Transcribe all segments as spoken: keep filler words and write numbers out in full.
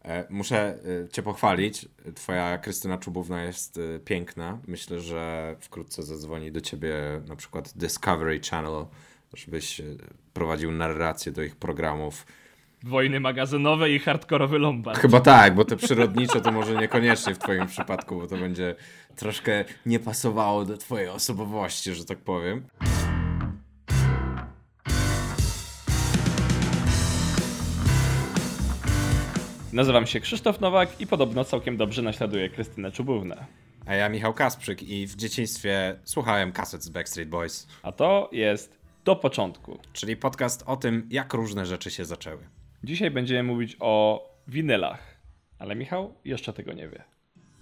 Muszę cię pochwalić. Twoja Krystyna Czubówna jest piękna. Myślę, że wkrótce zadzwoni do ciebie na przykład Discovery Channel, żebyś prowadził narrację do ich programów. Wojny magazynowe i hardkorowy Lombard. Chyba tak, bo te przyrodnicze to może niekoniecznie w twoim przypadku, bo to będzie troszkę nie pasowało do twojej osobowości, że tak powiem. Nazywam się Krzysztof Nowak i podobno całkiem dobrze naśladuję Krystynę Czubównę. A ja Michał Kasprzyk i w dzieciństwie słuchałem kaset z Backstreet Boys. A to jest Do Początku. Czyli podcast o tym, jak różne rzeczy się zaczęły. Dzisiaj będziemy mówić o winylach, ale Michał jeszcze tego nie wie.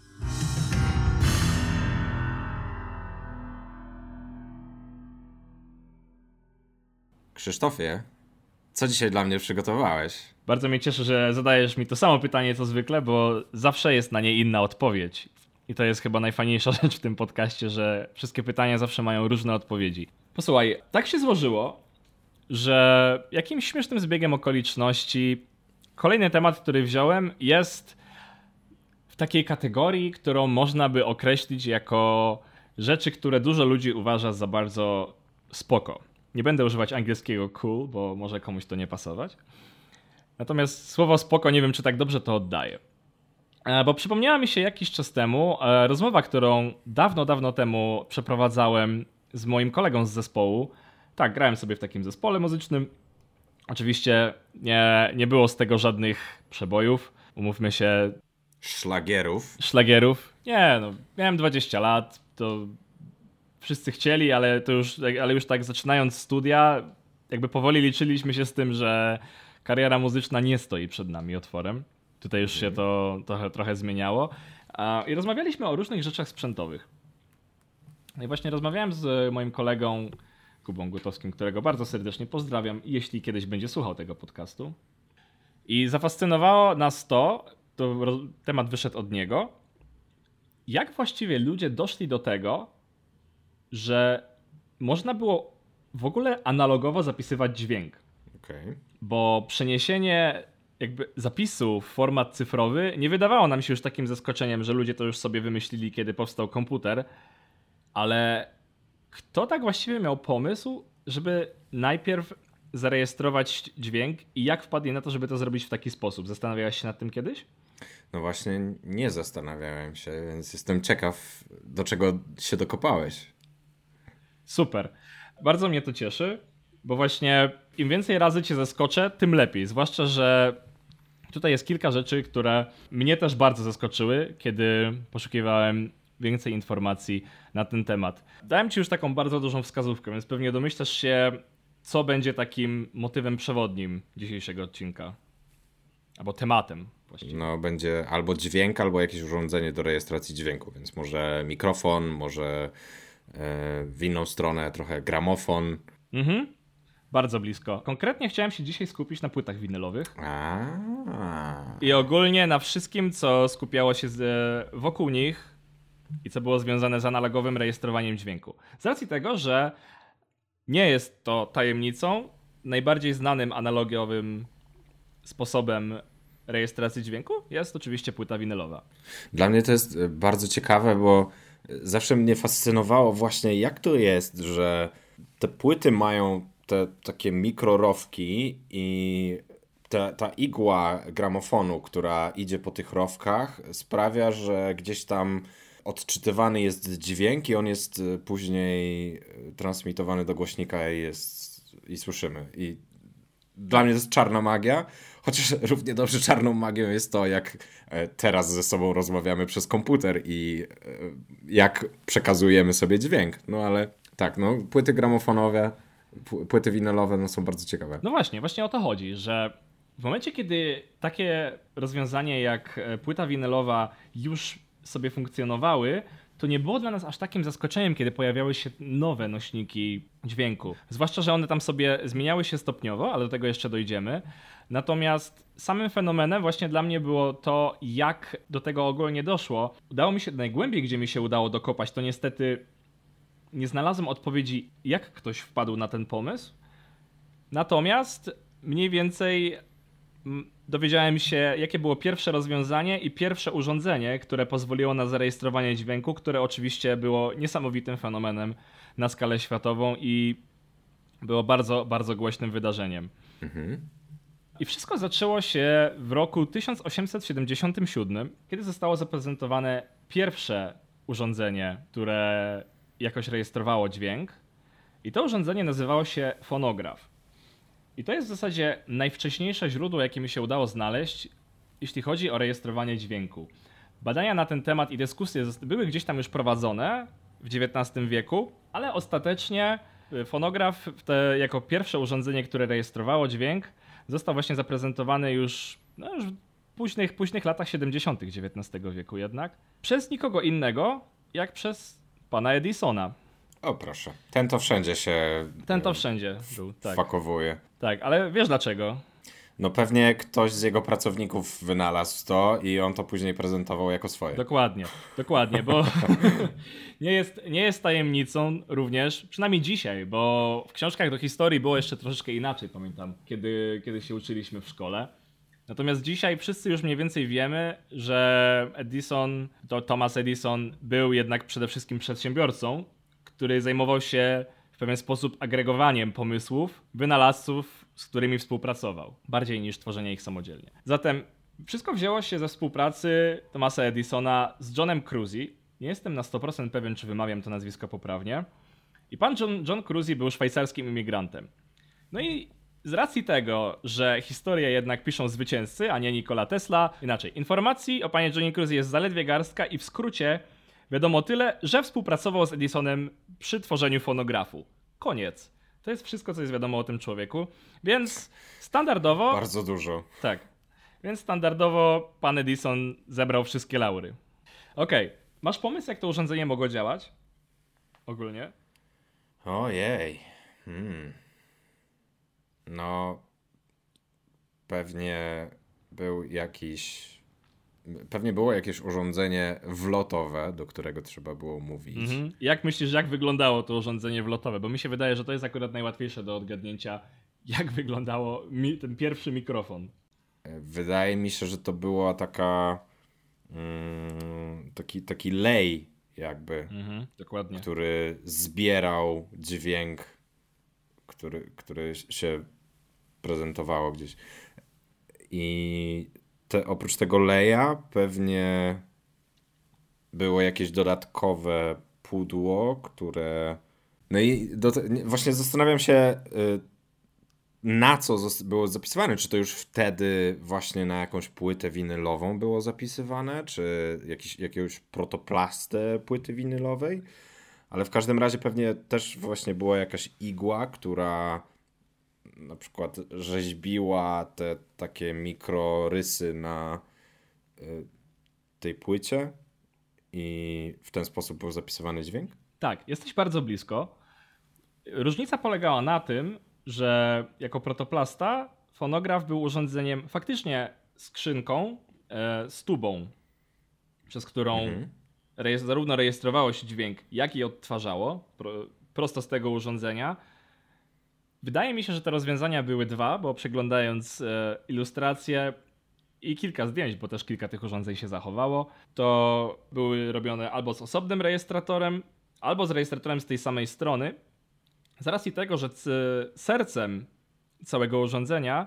Krzysztofie, co dzisiaj dla mnie przygotowałeś? Bardzo mnie cieszy, że zadajesz mi to samo pytanie co zwykle, bo zawsze jest na nie inna odpowiedź. I to jest chyba najfajniejsza rzecz w tym podcaście, że wszystkie pytania zawsze mają różne odpowiedzi. Posłuchaj, tak się złożyło, że jakimś śmiesznym zbiegiem okoliczności kolejny temat, który wziąłem, jest w takiej kategorii, którą można by określić jako rzeczy, które dużo ludzi uważa za bardzo spoko. Nie będę używać angielskiego cool, bo może komuś to nie pasować. Natomiast słowo spoko nie wiem, czy tak dobrze to oddaję. Bo przypomniała mi się jakiś czas temu rozmowa, którą dawno, dawno temu przeprowadzałem z moim kolegą z zespołu. Tak, grałem sobie w takim zespole muzycznym. Oczywiście nie, nie było z tego żadnych przebojów. Umówmy się. Szlagierów. Szlagierów. Nie, no, miałem dwadzieścia lat, to wszyscy chcieli, ale to już, ale już tak zaczynając studia, jakby powoli liczyliśmy się z tym, że kariera muzyczna nie stoi przed nami otworem. Tutaj już się to trochę, trochę zmieniało. I rozmawialiśmy o różnych rzeczach sprzętowych. No i właśnie rozmawiałem z moim kolegą Kubą Gutowskim, którego bardzo serdecznie pozdrawiam, jeśli kiedyś będzie słuchał tego podcastu. I zafascynowało nas to, to temat wyszedł od niego, jak właściwie ludzie doszli do tego, że można było w ogóle analogowo zapisywać dźwięk. Okay. Bo przeniesienie jakby zapisu w format cyfrowy nie wydawało nam się już takim zaskoczeniem, że ludzie to już sobie wymyślili, kiedy powstał komputer, ale kto tak właściwie miał pomysł, żeby najpierw zarejestrować dźwięk i jak wpadli na to, żeby to zrobić w taki sposób? Zastanawiałeś się nad tym kiedyś? No właśnie nie zastanawiałem się, więc jestem ciekaw, do czego się dokopałeś. Super. Bardzo mnie to cieszy, bo właśnie im więcej razy cię zaskoczę, tym lepiej. Zwłaszcza, że tutaj jest kilka rzeczy, które mnie też bardzo zaskoczyły, kiedy poszukiwałem więcej informacji na ten temat. Dałem ci już taką bardzo dużą wskazówkę, więc pewnie domyślasz się, co będzie takim motywem przewodnim dzisiejszego odcinka. Albo tematem właściwie. No będzie albo dźwięk, albo jakieś urządzenie do rejestracji dźwięku, więc może mikrofon, może e, w inną stronę trochę gramofon. Mhm. Bardzo blisko. Konkretnie chciałem się dzisiaj skupić na płytach winylowych. A. I ogólnie na wszystkim, co skupiało się z, wokół nich i co było związane z analogowym rejestrowaniem dźwięku. Z racji tego, że nie jest to tajemnicą, najbardziej znanym analogowym sposobem rejestracji dźwięku jest oczywiście płyta winylowa. Dla mnie to jest bardzo ciekawe, bo zawsze mnie fascynowało właśnie, jak to jest, że te płyty mają te takie mikrorowki i ta, ta igła gramofonu, która idzie po tych rowkach, sprawia, że gdzieś tam odczytywany jest dźwięk i on jest później transmitowany do głośnika i, jest, i słyszymy. I dla mnie to jest czarna magia, chociaż równie dobrze czarną magią jest to, jak teraz ze sobą rozmawiamy przez komputer i jak przekazujemy sobie dźwięk. No ale tak, no płyty gramofonowe, płyty winylowe no, są bardzo ciekawe. No właśnie, właśnie o to chodzi, że w momencie, kiedy takie rozwiązanie jak płyta winylowa już sobie funkcjonowały, to nie było dla nas aż takim zaskoczeniem, kiedy pojawiały się nowe nośniki dźwięku. Zwłaszcza, że one tam sobie zmieniały się stopniowo, ale do tego jeszcze dojdziemy. Natomiast samym fenomenem właśnie dla mnie było to, jak do tego ogólnie doszło. Udało mi się, najgłębiej gdzie mi się udało dokopać, to niestety nie znalazłem odpowiedzi, jak ktoś wpadł na ten pomysł. Natomiast mniej więcej dowiedziałem się, jakie było pierwsze rozwiązanie i pierwsze urządzenie, które pozwoliło na zarejestrowanie dźwięku, które oczywiście było niesamowitym fenomenem na skalę światową i było bardzo, bardzo głośnym wydarzeniem. Mhm. I wszystko zaczęło się w roku tysiąc osiemset siedemdziesiątym siódmym, kiedy zostało zaprezentowane pierwsze urządzenie, które jakoś rejestrowało dźwięk. I to urządzenie nazywało się fonograf. I to jest w zasadzie najwcześniejsze źródło, jakie mi się udało znaleźć, jeśli chodzi o rejestrowanie dźwięku. Badania na ten temat i dyskusje były gdzieś tam już prowadzone w dziewiętnastym wieku, ale ostatecznie fonograf te, jako pierwsze urządzenie, które rejestrowało dźwięk, został właśnie zaprezentowany już, no już w późnych, późnych latach siedemdziesiątych dziewiętnastego wieku jednak, przez nikogo innego, jak przez pana Edisona. O proszę, ten to wszędzie się Ten to wszędzie był, tak. fakowuje. Tak, ale wiesz dlaczego? No pewnie ktoś z jego pracowników wynalazł to i on to później prezentował jako swoje. Dokładnie, dokładnie, bo nie jest, nie jest tajemnicą również, przynajmniej dzisiaj, bo w książkach do historii było jeszcze troszeczkę inaczej, pamiętam, kiedy, kiedy się uczyliśmy w szkole. Natomiast dzisiaj wszyscy już mniej więcej wiemy, że Edison, to Thomas Edison był jednak przede wszystkim przedsiębiorcą, który zajmował się w pewien sposób agregowaniem pomysłów wynalazców, z którymi współpracował, bardziej niż tworzenie ich samodzielnie. Zatem wszystko wzięło się ze współpracy Thomasa Edisona z Johnem Cruzy. Nie jestem na sto procent pewien, czy wymawiam to nazwisko poprawnie. I pan John, John Cruzy był szwajcarskim imigrantem. No i z racji tego, że historię jednak piszą zwycięzcy, a nie Nikola Tesla, inaczej, informacji o panie Johnie Cruzy jest zaledwie garstka i w skrócie wiadomo tyle, że współpracował z Edisonem przy tworzeniu fonografu. Koniec. To jest wszystko, co jest wiadomo o tym człowieku. Więc standardowo... Bardzo dużo. Tak. Więc standardowo pan Edison zebrał wszystkie laury. Okej. Okay. Masz pomysł, jak to urządzenie mogło działać? Ogólnie? Ojej. Hmm. No... Pewnie był jakiś... Pewnie było jakieś urządzenie wlotowe, do którego trzeba było mówić. Mhm. Jak myślisz, jak wyglądało to urządzenie wlotowe? Bo mi się wydaje, że to jest akurat najłatwiejsze do odgadnięcia, jak wyglądało mi- ten pierwszy mikrofon. Wydaje mi się, że to była taka mm, taki, taki lej jakby, mhm, dokładnie. który zbierał dźwięk, który, który się prezentowało gdzieś. I Te, oprócz tego leja pewnie było jakieś dodatkowe pudło, które... No i do te... właśnie zastanawiam się, na co było zapisywane. Czy to już wtedy właśnie na jakąś płytę winylową było zapisywane, czy jakiś, jakiegoś protoplastę płyty winylowej? Ale w każdym razie pewnie też właśnie była jakaś igła, która... na przykład rzeźbiła te takie mikrorysy na y, tej płycie i w ten sposób był zapisywany dźwięk? Tak, jesteś bardzo blisko. Różnica polegała na tym, że jako protoplasta fonograf był urządzeniem faktycznie skrzynką e, z tubą, przez którą mhm. rejes- zarówno rejestrowało się dźwięk, jak i odtwarzało pro, prosto z tego urządzenia. Wydaje mi się, że te rozwiązania były dwa, bo przeglądając e, ilustracje i kilka zdjęć, bo też kilka tych urządzeń się zachowało, to były robione albo z osobnym rejestratorem, albo z rejestratorem z tej samej strony. Z racji tego, że c- sercem całego urządzenia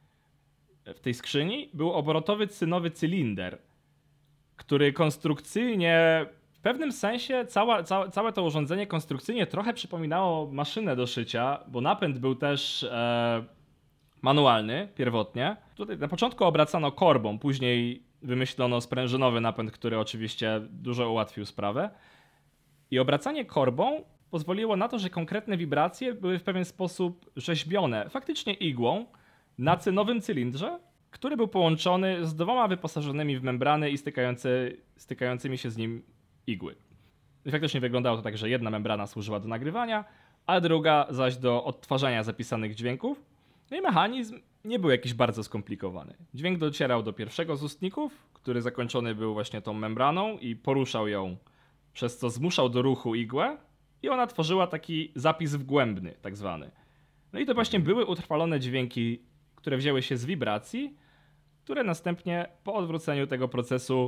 w tej skrzyni był obrotowy cynowy cylinder, który konstrukcyjnie... W pewnym sensie cała, całe, całe to urządzenie konstrukcyjnie trochę przypominało maszynę do szycia, bo napęd był też e, manualny pierwotnie. Tutaj na początku obracano korbą, później wymyślono sprężynowy napęd, który oczywiście dużo ułatwił sprawę. I obracanie korbą pozwoliło na to, że konkretne wibracje były w pewien sposób rzeźbione faktycznie igłą na cynowym cylindrze, który był połączony z dwoma wyposażonymi w membrany i stykający, stykającymi się z nim igły. I faktycznie wyglądało to tak, że jedna membrana służyła do nagrywania, a druga zaś do odtwarzania zapisanych dźwięków. No i mechanizm nie był jakiś bardzo skomplikowany. Dźwięk docierał do pierwszego z ustników, który zakończony był właśnie tą membraną i poruszał ją, przez co zmuszał do ruchu igłę i ona tworzyła taki zapis wgłębny, tak zwany. No i to właśnie były utrwalone dźwięki, które wzięły się z wibracji, które następnie po odwróceniu tego procesu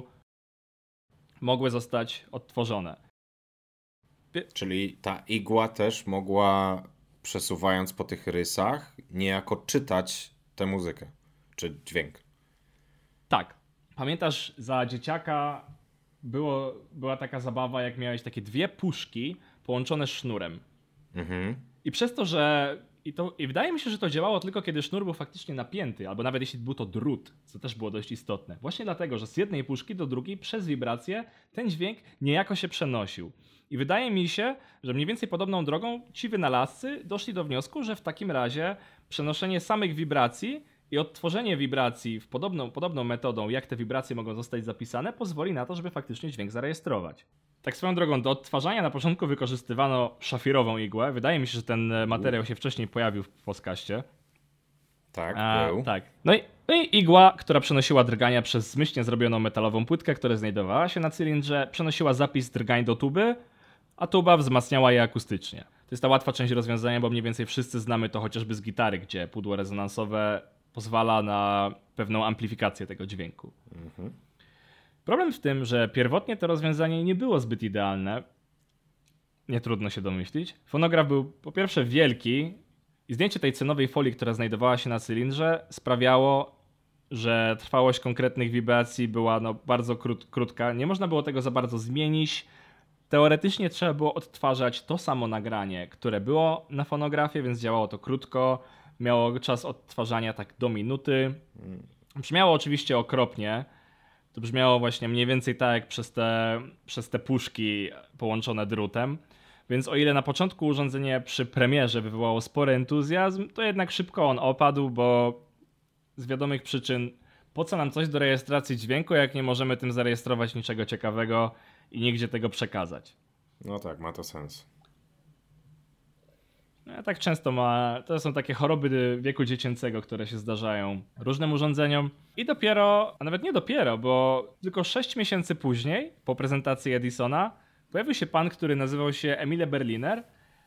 mogły zostać odtworzone. Czyli ta igła też mogła, przesuwając po tych rysach, niejako czytać tę muzykę, czy dźwięk. Tak. Pamiętasz, za dzieciaka było, była taka zabawa, jak miałeś takie dwie puszki połączone sznurem. Mhm. I przez to, że... I, to, I wydaje mi się, że to działało tylko kiedy sznur był faktycznie napięty, albo nawet jeśli był to drut, co też było dość istotne. Właśnie dlatego, że z jednej puszki do drugiej przez wibrację ten dźwięk niejako się przenosił. I wydaje mi się, że mniej więcej podobną drogą ci wynalazcy doszli do wniosku, że w takim razie przenoszenie samych wibracji i odtworzenie wibracji w podobną, podobną metodą, jak te wibracje mogą zostać zapisane, pozwoli na to, żeby faktycznie dźwięk zarejestrować. Tak swoją drogą, do odtwarzania na początku wykorzystywano szafirową igłę. Wydaje mi się, że ten materiał się wcześniej pojawił w podcaście. Tak, A, był. tak. No i, no i igła, która przenosiła drgania przez zmyślnie zrobioną metalową płytkę, która znajdowała się na cylindrze, przenosiła zapis drgań do tuby, a tuba wzmacniała je akustycznie. To jest ta łatwa część rozwiązania, bo mniej więcej wszyscy znamy to chociażby z gitary, gdzie pudło rezonansowe pozwala na pewną amplifikację tego dźwięku. Mhm. Problem w tym, że pierwotnie to rozwiązanie nie było zbyt idealne. Nie trudno się domyślić. Fonograf był po pierwsze wielki i zdjęcie tej cenowej folii, która znajdowała się na cylindrze, sprawiało, że trwałość konkretnych wibracji była no, bardzo krót, krótka. Nie można było tego za bardzo zmienić. Teoretycznie trzeba było odtwarzać to samo nagranie, które było na fonografie, więc działało to krótko. Miało czas odtwarzania tak do minuty. Brzmiało oczywiście okropnie. To brzmiało właśnie mniej więcej tak jak przez te, przez te puszki połączone drutem. Więc o ile na początku urządzenie przy premierze wywołało spory entuzjazm, to jednak szybko on opadł, bo z wiadomych przyczyn po co nam coś do rejestracji dźwięku, jak nie możemy tym zarejestrować niczego ciekawego i nigdzie tego przekazać. No tak, ma to sens. No, tak często ma, to są takie choroby wieku dziecięcego, które się zdarzają różnym urządzeniom. I dopiero, a nawet nie dopiero, bo tylko sześć miesięcy później, po prezentacji Edisona, pojawił się pan, który nazywał się Emile Berliner.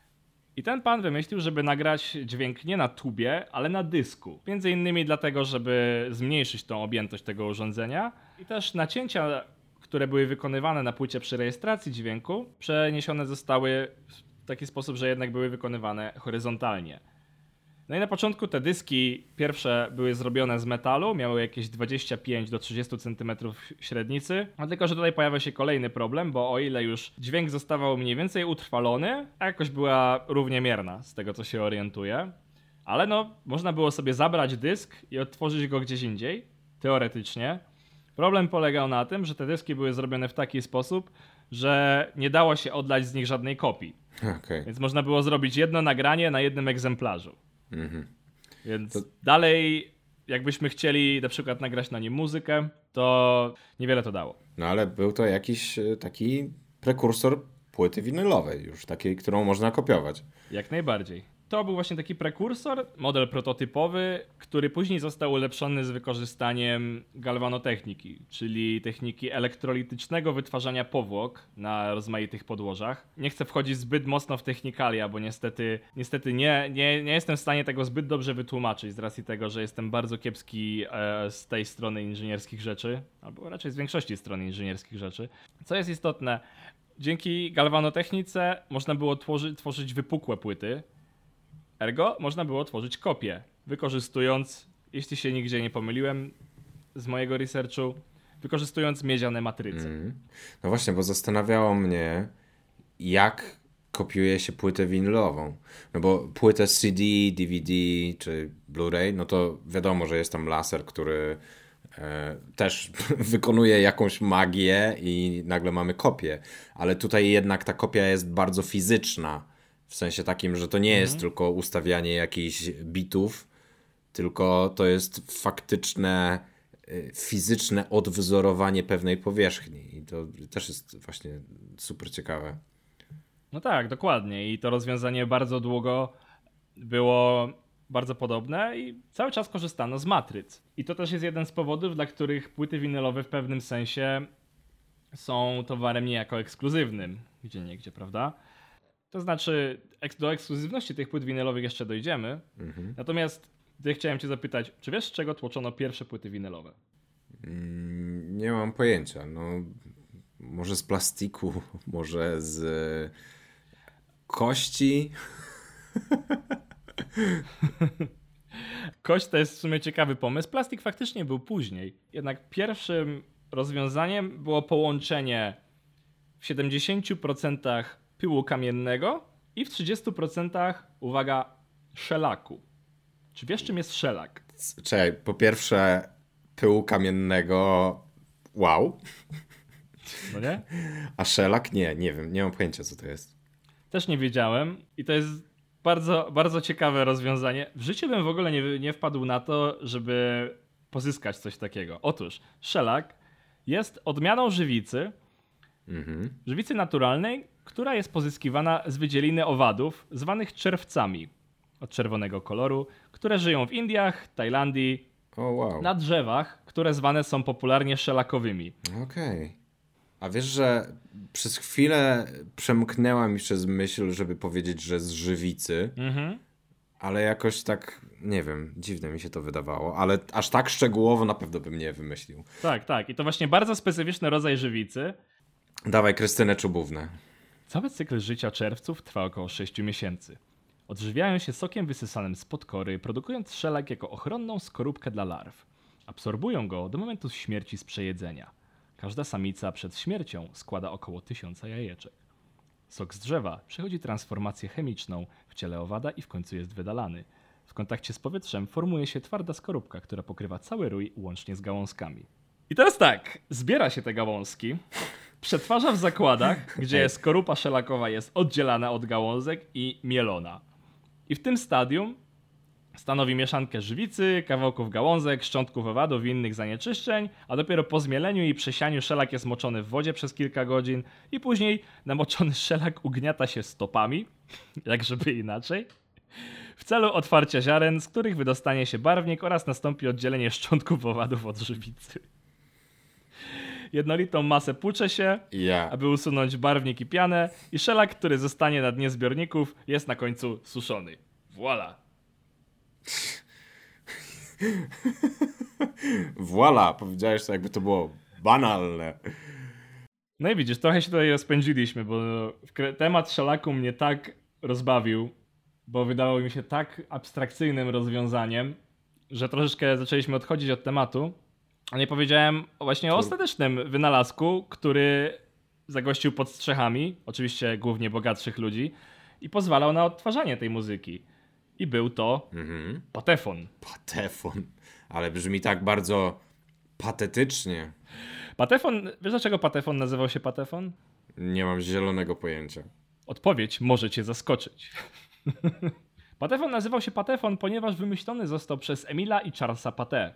I ten pan wymyślił, żeby nagrać dźwięk nie na tubie, ale na dysku. Między innymi dlatego, żeby zmniejszyć tą objętość tego urządzenia. I też nacięcia, które były wykonywane na płycie przy rejestracji dźwięku, przeniesione zostały w taki sposób, że jednak były wykonywane horyzontalnie. No i na początku te dyski pierwsze były zrobione z metalu, miały jakieś dwadzieścia pięć do trzydziestu centymetrów średnicy, a tylko że tutaj pojawia się kolejny problem, bo o ile już dźwięk zostawał mniej więcej utrwalony, a jakoś była równiemierna z tego co się orientuję, ale no można było sobie zabrać dysk i odtworzyć go gdzieś indziej, teoretycznie. Problem polegał na tym, że te dyski były zrobione w taki sposób, że nie dało się odlać z nich żadnej kopii. Okay. Więc można było zrobić jedno nagranie na jednym egzemplarzu. Mhm. Więc to... dalej, jakbyśmy chcieli na przykład nagrać na nim muzykę, to niewiele to dało. No ale był to jakiś taki prekursor płyty winylowej, już takiej, którą można kopiować. Jak najbardziej. To był właśnie taki prekursor, model prototypowy, który później został ulepszony z wykorzystaniem galwanotechniki, czyli techniki elektrolitycznego wytwarzania powłok na rozmaitych podłożach. Nie chcę wchodzić zbyt mocno w technikalia, bo niestety, niestety nie, nie, nie jestem w stanie tego zbyt dobrze wytłumaczyć z racji tego, że jestem bardzo kiepski e, z tej strony inżynierskich rzeczy, albo raczej z większości stron inżynierskich rzeczy. Co jest istotne, dzięki galwanotechnice można było tworzy, tworzyć wypukłe płyty. Ergo można było tworzyć kopie, wykorzystując, jeśli się nigdzie nie pomyliłem z mojego researchu, wykorzystując miedziane matryce. Mm. No właśnie, bo zastanawiało mnie, jak kopiuje się płytę winylową. No bo płytę C D, D V D czy Blu-ray, no to wiadomo, że jest tam laser, który e, też wykonuje jakąś magię i nagle mamy kopię. Ale tutaj jednak ta kopia jest bardzo fizyczna. W sensie takim, że to nie jest mhm. tylko ustawianie jakichś bitów, tylko to jest faktyczne, fizyczne odwzorowanie pewnej powierzchni. I to też jest właśnie super ciekawe. No tak, dokładnie. I to rozwiązanie bardzo długo było bardzo podobne i cały czas korzystano z matryc. I to też jest jeden z powodów, dla których płyty winylowe w pewnym sensie są towarem niejako ekskluzywnym, gdzie niegdzie, prawda? To znaczy, do ekskluzywności tych płyt winylowych jeszcze dojdziemy. Mhm. Natomiast Tutaj chciałem cię zapytać, czy wiesz, z czego tłoczono pierwsze płyty winylowe? Mm, nie mam pojęcia. No, może z plastiku, może z kości. Kość to jest w sumie ciekawy pomysł. Plastik faktycznie był później. Jednak pierwszym rozwiązaniem było połączenie w siedemdziesięciu procentach pyłu kamiennego i w trzydziestu procentach, uwaga, szelaku. Czy wiesz, czym jest szelak? Czekaj, po pierwsze pyłu kamiennego, wow. No nie? A szelak? Nie, nie wiem, nie mam pojęcia, co to jest. Też nie wiedziałem i to jest bardzo, bardzo ciekawe rozwiązanie. W życiu bym w ogóle nie, nie wpadł na to, żeby pozyskać coś takiego. Otóż szelak jest odmianą żywicy, Mhm. żywicy naturalnej, która jest pozyskiwana z wydzieliny owadów zwanych czerwcami od czerwonego koloru, które żyją w Indiach, Tajlandii, O, wow. na drzewach, które zwane są popularnie szelakowymi. Okej. Okay. A wiesz, że przez chwilę przemknęła mi przez myśl, żeby powiedzieć, że z żywicy, Mhm. ale jakoś tak, nie wiem, dziwne mi się to wydawało, ale aż tak szczegółowo na pewno bym nie wymyślił. Tak, tak. I to właśnie bardzo specyficzny rodzaj żywicy. Dawaj Krystynę Czubównę. Cały cykl życia czerwców trwa około sześciu miesięcy. Odżywiają się sokiem wysysanym z podkory, produkując szelak jako ochronną skorupkę dla larw. Absorbują go do momentu śmierci z przejedzenia. Każda samica przed śmiercią składa około tysiąca jajeczek. Sok z drzewa przechodzi transformację chemiczną w ciele owada i w końcu jest wydalany. W kontakcie z powietrzem formuje się twarda skorupka, która pokrywa cały rój łącznie z gałązkami. I teraz tak, zbiera się te gałązki, przetwarza w zakładach, gdzie skorupa szelakowa jest oddzielana od gałązek i mielona. I w tym stadium stanowi mieszankę żywicy, kawałków gałązek, szczątków owadów i innych zanieczyszczeń, a dopiero po zmieleniu i przesianiu szelak jest moczony w wodzie przez kilka godzin i później namoczony szelak ugniata się stopami, jak żeby inaczej, w celu otwarcia ziaren, z których wydostanie się barwnik oraz nastąpi oddzielenie szczątków owadów od żywicy. Jednolitą masę płucze się, Ja. aby usunąć barwnik i pianę i szelak, który zostanie na dnie zbiorników, jest na końcu suszony. Voila! Voila, powiedziałeś to jakby to było banalne. No i widzisz, trochę się tutaj rozpędziliśmy, bo temat szelaku mnie tak rozbawił, bo wydało mi się tak abstrakcyjnym rozwiązaniem, że troszeczkę zaczęliśmy odchodzić od tematu, a nie powiedziałem właśnie o ostatecznym wynalazku, który zagościł pod strzechami, oczywiście głównie bogatszych ludzi, i pozwalał na odtwarzanie tej muzyki. I był to Mhm. patefon. Patefon. Ale brzmi tak bardzo patetycznie. Patefon, wiesz dlaczego patefon nazywał się patefon? Nie mam zielonego pojęcia. Odpowiedź może cię zaskoczyć. Patefon nazywał się patefon, ponieważ wymyślony został przez Emila i Charlesa Paté.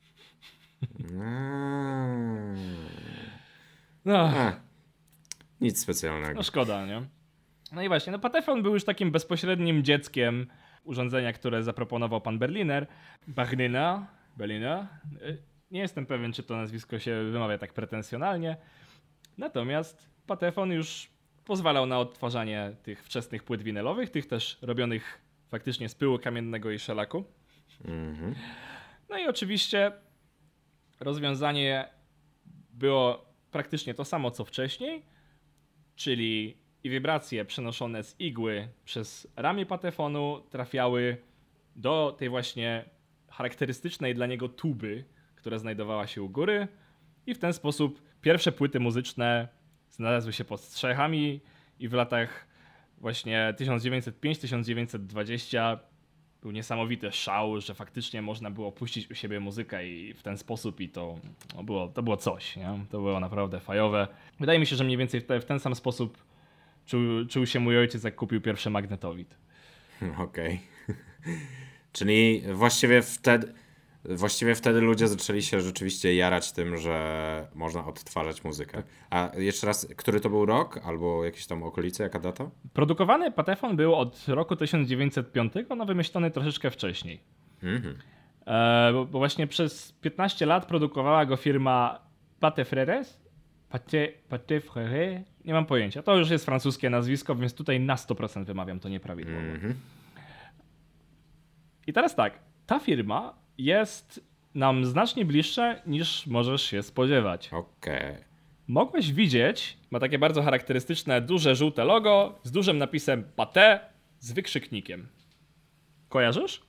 Mm. No, A, nic specjalnego. no szkoda, nie? No i właśnie, no patefon był już takim bezpośrednim dzieckiem urządzenia, które zaproponował pan Berliner. Berliner? Berliner? Nie jestem pewien, czy to nazwisko się wymawia tak pretensjonalnie. Natomiast patefon już pozwalał na odtwarzanie tych wczesnych płyt winylowych, tych też robionych faktycznie z pyłu kamiennego i szelaku. Mhm. No i oczywiście rozwiązanie było praktycznie to samo co wcześniej, czyli i wibracje przenoszone z igły przez ramię patefonu trafiały do tej właśnie charakterystycznej dla niego tuby, która znajdowała się u góry, i w ten sposób pierwsze płyty muzyczne znalazły się pod strzechami i w latach właśnie tysiąc dziewięćset piąty do tysiąc dziewięćset dwudziestego był niesamowity szał, że faktycznie można było puścić u siebie muzykę i w ten sposób i to, no było, to było coś, nie? To było naprawdę fajowe. Wydaje mi się, że mniej więcej w, te, w ten sam sposób czuł, czuł się mój ojciec, jak kupił pierwszy magnetowid. Okej. Okay. Czyli właściwie wtedy, właściwie wtedy ludzie zaczęli się rzeczywiście jarać tym, że można odtwarzać muzykę. A jeszcze raz, który to był rok? Albo jakieś tam okolice, jaka data? Produkowany patefon był od roku tysiąc dziewięćset piątego, no wymyślony troszeczkę wcześniej. Mhm. E, bo, bo właśnie przez piętnaście lat produkowała go firma Patek Frères. Patek, Patek Frères? Nie mam pojęcia. To już jest francuskie nazwisko, więc tutaj na sto procent wymawiam to nieprawidłowo. Mhm. I teraz tak, ta firma jest nam znacznie bliższa niż możesz się spodziewać. Okej. Okay. Mogłeś widzieć, ma takie bardzo charakterystyczne, duże, żółte logo z dużym napisem Pathé z wykrzyknikiem. Kojarzysz?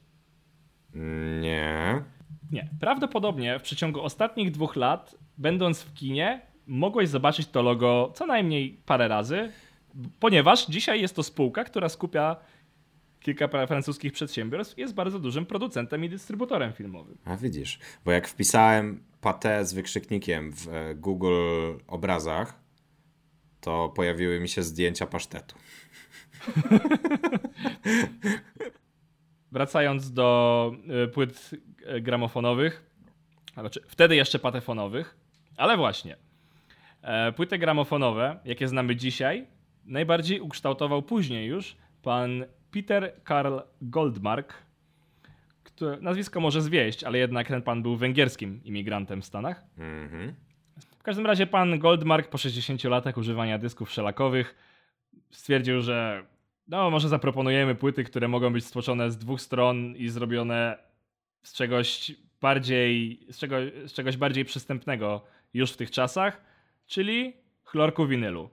Nie. Nie. Prawdopodobnie w przeciągu ostatnich dwóch lat, będąc w kinie, mogłeś zobaczyć to logo co najmniej parę razy, ponieważ dzisiaj jest to spółka, która skupia kilka francuskich przedsiębiorstw i jest bardzo dużym producentem i dystrybutorem filmowym. A widzisz, bo jak wpisałem Pathé z wykrzyknikiem w Google obrazach, to pojawiły mi się zdjęcia pasztetu. Wracając do płyt gramofonowych, znaczy wtedy jeszcze patefonowych, ale właśnie, płyty gramofonowe, jakie znamy dzisiaj, najbardziej ukształtował później już pan Peter Karl Goldmark, który, nazwisko może zwieść, ale jednak ten pan był węgierskim imigrantem w Stanach. Mm-hmm. W każdym razie pan Goldmark po sześćdziesięciu latach używania dysków szelakowych stwierdził, że no może zaproponujemy płyty, które mogą być stłoczone z dwóch stron i zrobione z czegoś bardziej, z, czego, z czegoś bardziej przystępnego już w tych czasach, czyli chlorku winylu.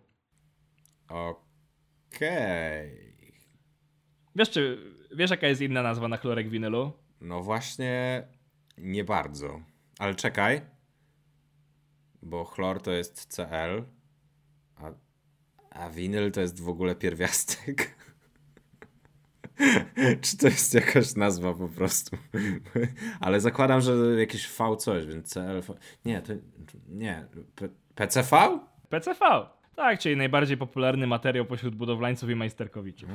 Okej. Okay. Wiesz, czy, wiesz, jaka jest inna nazwa na chlorek winylu? No właśnie nie bardzo. Ale czekaj. Bo chlor to jest C L, a, a winyl to jest w ogóle pierwiastek. Czy to jest jakaś nazwa po prostu? Ale zakładam, że jakieś V coś, więc C L... Nie, to... Nie. P- PCV? P C V. Tak, czyli najbardziej popularny materiał pośród budowlańców i majsterkowiczów.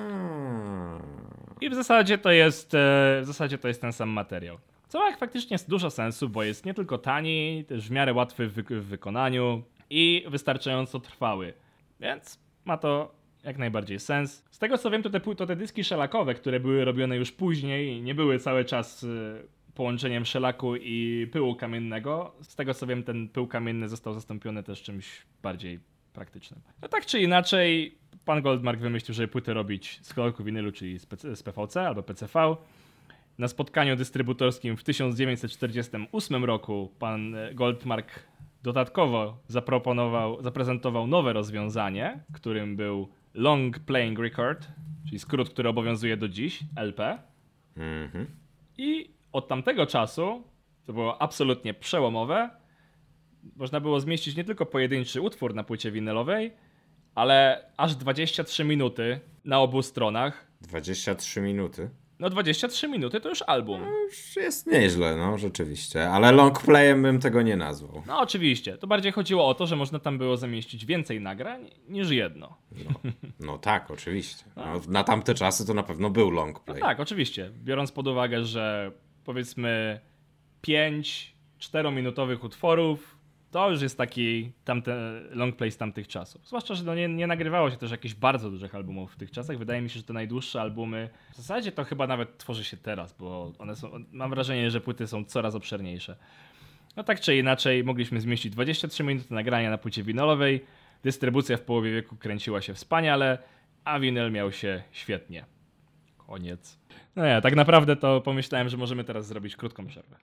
Hmm. I w zasadzie to jest w zasadzie to jest ten sam materiał. Co jak faktycznie jest dużo sensu, bo jest nie tylko tani, też w miarę łatwy w, wy- w wykonaniu i wystarczająco trwały. Więc ma to jak najbardziej sens. Z tego co wiem, to te, to te dyski szelakowe, które były robione już później, nie były cały czas y, połączeniem szelaku i pyłu kamiennego. Z tego co wiem, ten pył kamienny został zastąpiony też czymś bardziej praktycznym. No tak czy inaczej, pan Goldmark wymyślił, żeby płyty robić z chlorku winylu, czyli z, P C, z P V C albo P C V. Na spotkaniu dystrybutorskim w tysiąc dziewięćset czterdziestym ósmym roku pan Goldmark dodatkowo zaproponował, zaprezentował nowe rozwiązanie, którym był Long Playing Record, czyli skrót, który obowiązuje do dziś, L P. Mm-hmm. I od tamtego czasu, to było absolutnie przełomowe, można było zmieścić nie tylko pojedynczy utwór na płycie winylowej, ale aż dwadzieścia trzy minuty na obu stronach. dwadzieścia trzy minuty? No dwadzieścia trzy minuty to już album. No już jest nieźle, no rzeczywiście, ale longplayem bym tego nie nazwał. No oczywiście, to bardziej chodziło o to, że można tam było zamieścić więcej nagrań niż jedno. No, no tak, oczywiście. No, na tamte czasy to na pewno był longplay. No tak, oczywiście. Biorąc pod uwagę, że powiedzmy pięć czterominutowych utworów, to już jest taki tamte longplay z tamtych czasów. Zwłaszcza, że no nie, nie nagrywało się też jakichś bardzo dużych albumów w tych czasach. Wydaje mi się, że te najdłuższe albumy w zasadzie to chyba nawet tworzy się teraz, bo one są, mam wrażenie, że płyty są coraz obszerniejsze. No tak czy inaczej mogliśmy zmieścić dwadzieścia trzy minuty nagrania na płycie winylowej. Dystrybucja w połowie wieku kręciła się wspaniale, a winyl miał się świetnie. Koniec. No ja, tak naprawdę to pomyślałem, że możemy teraz zrobić krótką przerwę.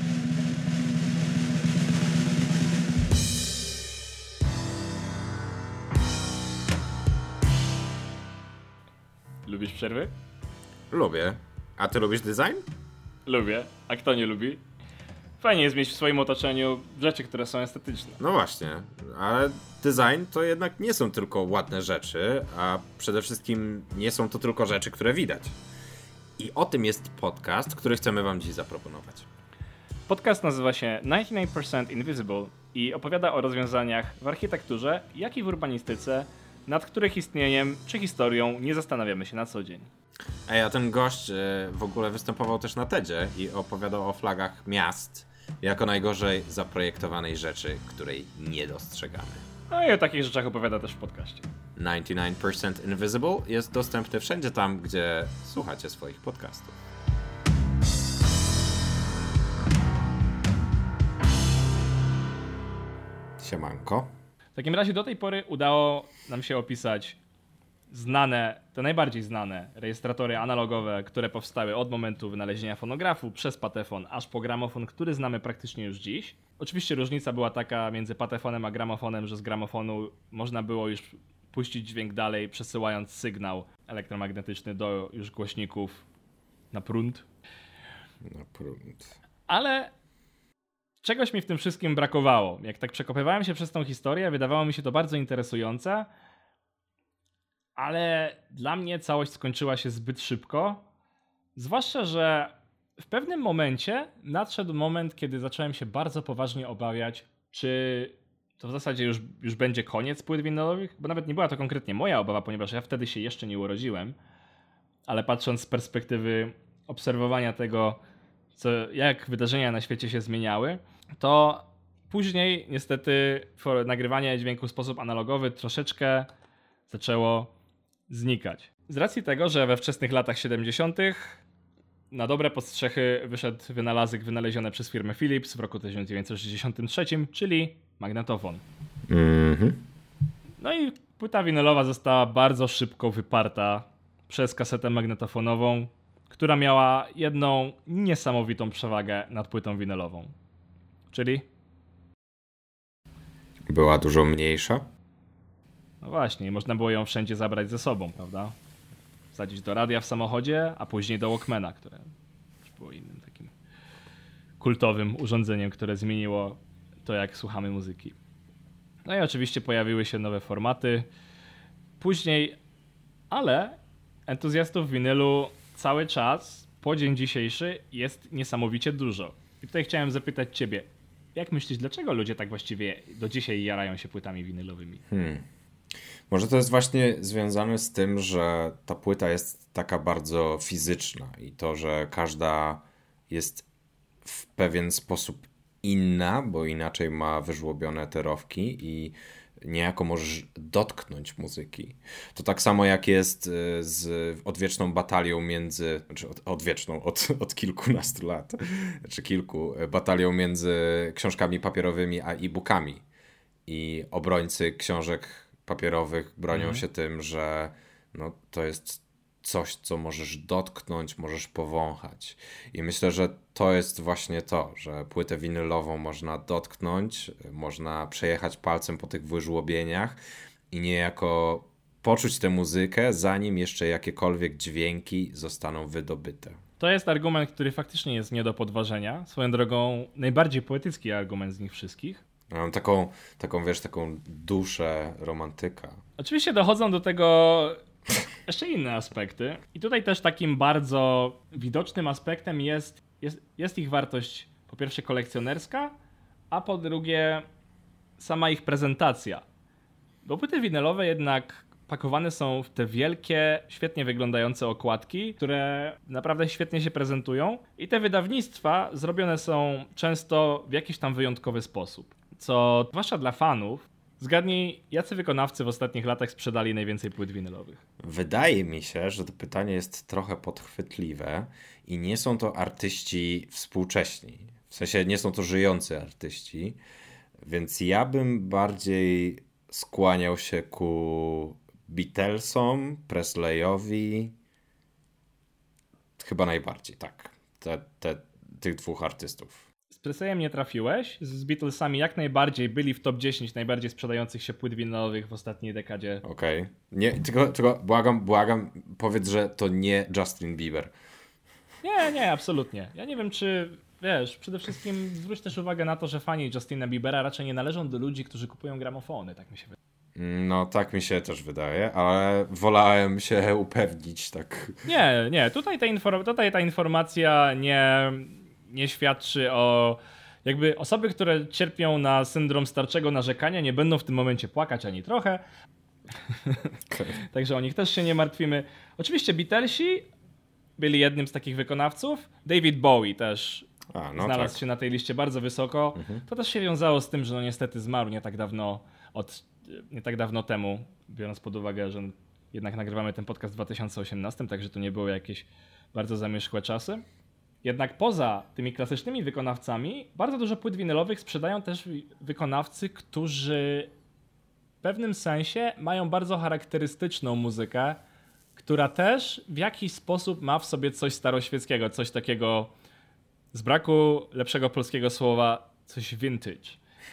Lubisz przerwy? Lubię. A ty lubisz design? Lubię. A kto nie lubi? Fajnie jest mieć w swoim otoczeniu rzeczy, które są estetyczne. No właśnie, ale design to jednak nie są tylko ładne rzeczy, a przede wszystkim nie są to tylko rzeczy, które widać. I o tym jest podcast, który chcemy wam dziś zaproponować. Podcast nazywa się dziewięćdziesiąt dziewięć procent Invisible i opowiada o rozwiązaniach w architekturze, jak i w urbanistyce, nad których istnieniem czy historią nie zastanawiamy się na co dzień. Ej, a ten gość w ogóle występował też na TEDzie i opowiadał o flagach miast jako najgorzej zaprojektowanej rzeczy, której nie dostrzegamy. No i o takich rzeczach opowiada też w podcaście. dziewięćdziesiąt dziewięć procent Invisible jest dostępny wszędzie tam, gdzie słuchacie swoich podcastów. Siemanko. W takim razie do tej pory udało nam się opisać znane, te najbardziej znane rejestratory analogowe, które powstały od momentu wynalezienia fonografu przez patefon aż po gramofon, który znamy praktycznie już dziś. Oczywiście różnica była taka między patefonem a gramofonem, że z gramofonu można było już puścić dźwięk dalej, przesyłając sygnał elektromagnetyczny do już głośników na prąd. Na prąd. Ale czegoś mi w tym wszystkim brakowało. Jak tak przekopywałem się przez tą historię, wydawało mi się to bardzo interesujące, ale dla mnie całość skończyła się zbyt szybko. Zwłaszcza, że w pewnym momencie nadszedł moment, kiedy zacząłem się bardzo poważnie obawiać, czy to w zasadzie już, już będzie koniec płyt winylowych, bo nawet nie była to konkretnie moja obawa, ponieważ ja wtedy się jeszcze nie urodziłem, ale patrząc z perspektywy obserwowania tego, co, jak wydarzenia na świecie się zmieniały, to później niestety nagrywanie dźwięku w sposób analogowy troszeczkę zaczęło znikać. Z racji tego, że we wczesnych latach siedemdziesiątych na dobre postrzechy wyszedł wynalazek wynaleziony przez firmę Philips w roku tysiąc dziewięćset sześćdziesiątym trzecim, czyli magnetofon. Mm-hmm. No i płyta winylowa została bardzo szybko wyparta przez kasetę magnetofonową, która miała jedną niesamowitą przewagę nad płytą winylową. Czyli? Była dużo mniejsza? No właśnie, można było ją wszędzie zabrać ze sobą, prawda? Wsadzić do radia w samochodzie, a później do Walkmana, które już było innym takim kultowym urządzeniem, które zmieniło to, jak słuchamy muzyki. No i oczywiście pojawiły się nowe formaty. Później, ale entuzjastów winylu cały czas, po dzień dzisiejszy, jest niesamowicie dużo. I tutaj chciałem zapytać ciebie, jak myślisz, dlaczego ludzie tak właściwie do dzisiaj jarają się płytami winylowymi? Hmm. Może to jest właśnie związane z tym, że ta płyta jest taka bardzo fizyczna i to, że każda jest w pewien sposób inna, bo inaczej ma wyżłobione te rowki i niejako możesz dotknąć muzyki. To tak samo jak jest z odwieczną batalią między, znaczy od, odwieczną od, od kilkunastu lat, czy kilku, batalią między książkami papierowymi a e-bookami. I obrońcy książek papierowych bronią mm. się tym, że no, to jest coś, co możesz dotknąć, możesz powąchać. I myślę, że to jest właśnie to, że płytę winylową można dotknąć, można przejechać palcem po tych wyżłobieniach i niejako poczuć tę muzykę, zanim jeszcze jakiekolwiek dźwięki zostaną wydobyte. To jest argument, który faktycznie jest nie do podważenia. Swoją drogą najbardziej poetycki argument z nich wszystkich. Mam taką, taką, wiesz, taką duszę romantyka. Oczywiście dochodzą do tego jeszcze inne aspekty. I tutaj też takim bardzo widocznym aspektem jest, jest, jest ich wartość po pierwsze kolekcjonerska, a po drugie sama ich prezentacja. Bo płyty winylowe jednak pakowane są w te wielkie, świetnie wyglądające okładki, które naprawdę świetnie się prezentują i te wydawnictwa zrobione są często w jakiś tam wyjątkowy sposób. Co zwłaszcza dla fanów, zgadnij, jacy wykonawcy w ostatnich latach sprzedali najwięcej płyt winylowych? Wydaje mi się, że to pytanie jest trochę podchwytliwe i nie są to artyści współcześni. W sensie nie są to żyjący artyści, więc ja bym bardziej skłaniał się ku Beatlesom, Presleyowi. Chyba najbardziej, tak. Te, te, tych dwóch artystów. Z Presleyem nie trafiłeś, z Beatlesami jak najbardziej byli w top dziesięć najbardziej sprzedających się płyt winylowych w ostatniej dekadzie. Okej. Okay. Nie, tylko, tylko błagam, błagam, powiedz, że to nie Justin Bieber. Nie, nie, absolutnie. Ja nie wiem, czy wiesz, przede wszystkim zwróć też uwagę na to, że fani Justina Biebera raczej nie należą do ludzi, którzy kupują gramofony, tak mi się wydaje. No tak mi się też wydaje, ale wolałem się upewnić, tak. Nie, nie, tutaj ta, inform- tutaj ta informacja nie, nie świadczy o... Jakby osoby, które cierpią na syndrom starczego narzekania, nie będą w tym momencie płakać ani trochę. Okay. Także o nich też się nie martwimy. Oczywiście Beatlesi byli jednym z takich wykonawców. David Bowie też A, no znalazł tak. się na tej liście bardzo wysoko. Mhm. To też się wiązało z tym, że no niestety zmarł nie tak dawno od, nie tak dawno temu, biorąc pod uwagę, że jednak nagrywamy ten podcast w dwa tysiące osiemnastym, także to nie były jakieś bardzo zamierzchłe czasy. Jednak poza tymi klasycznymi wykonawcami bardzo dużo płyt winylowych sprzedają też wykonawcy, którzy w pewnym sensie mają bardzo charakterystyczną muzykę, która też w jakiś sposób ma w sobie coś staroświeckiego, coś takiego z braku lepszego polskiego słowa, coś vintage.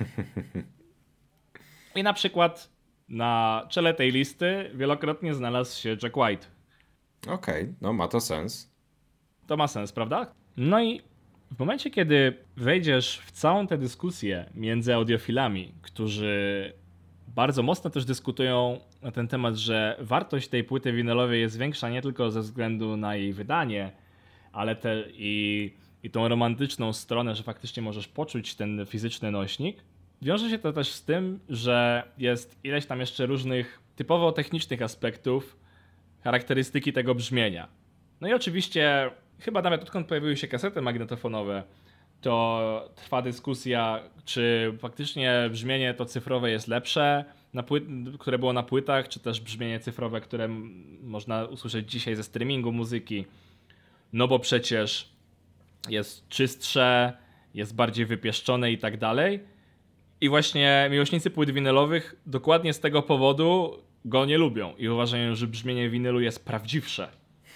I na przykład na czele tej listy wielokrotnie znalazł się Jack White. Okej, okay, no ma to sens. To ma sens, prawda? No i w momencie, kiedy wejdziesz w całą tę dyskusję między audiofilami, którzy bardzo mocno też dyskutują na ten temat, że wartość tej płyty winylowej jest większa nie tylko ze względu na jej wydanie, ale te i, i tą romantyczną stronę, że faktycznie możesz poczuć ten fizyczny nośnik. Wiąże się to też z tym, że jest ileś tam jeszcze różnych typowo technicznych aspektów charakterystyki tego brzmienia. No i oczywiście chyba nawet odkąd pojawiły się kasety magnetofonowe, to trwa dyskusja, czy faktycznie brzmienie to cyfrowe jest lepsze, na pły- które było na płytach, czy też brzmienie cyfrowe, które m- można usłyszeć dzisiaj ze streamingu muzyki. No bo przecież jest czystsze, jest bardziej wypieszczone i tak dalej. I właśnie miłośnicy płyt winylowych dokładnie z tego powodu go nie lubią i uważają, że brzmienie winylu jest prawdziwsze.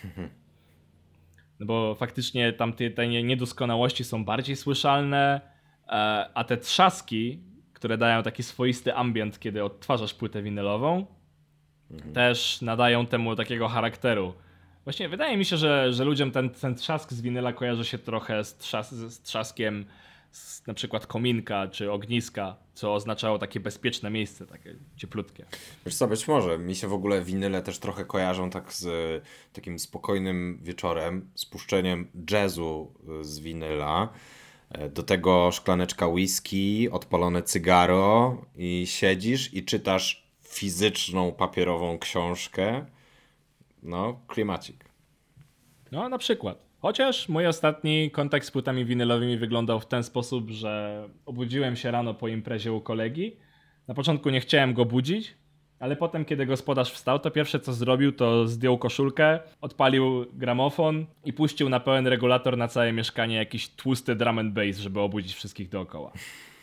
No bo faktycznie tam te, te niedoskonałości są bardziej słyszalne, a te trzaski, które dają taki swoisty ambient, kiedy odtwarzasz płytę winylową, mhm. też nadają temu takiego charakteru. Właśnie wydaje mi się, że, że ludziom ten, ten trzask z winyla kojarzy się trochę z, trzas z trzaskiem z na przykład kominka czy ogniska, co oznaczało takie bezpieczne miejsce, takie cieplutkie. Wiesz co, być może. Mi się w ogóle winyle też trochę kojarzą tak z takim spokojnym wieczorem, z puszczeniem jazzu z winyla. Do tego szklaneczka whisky, odpalone cygaro i siedzisz i czytasz fizyczną, papierową książkę. No, klimacik. No, na przykład. Chociaż mój ostatni kontakt z płytami winylowymi wyglądał w ten sposób, że obudziłem się rano po imprezie u kolegi. Na początku nie chciałem go budzić, ale potem, kiedy gospodarz wstał, to pierwsze co zrobił, to zdjął koszulkę, odpalił gramofon i puścił na pełen regulator na całe mieszkanie jakiś tłusty drum and bass, żeby obudzić wszystkich dookoła.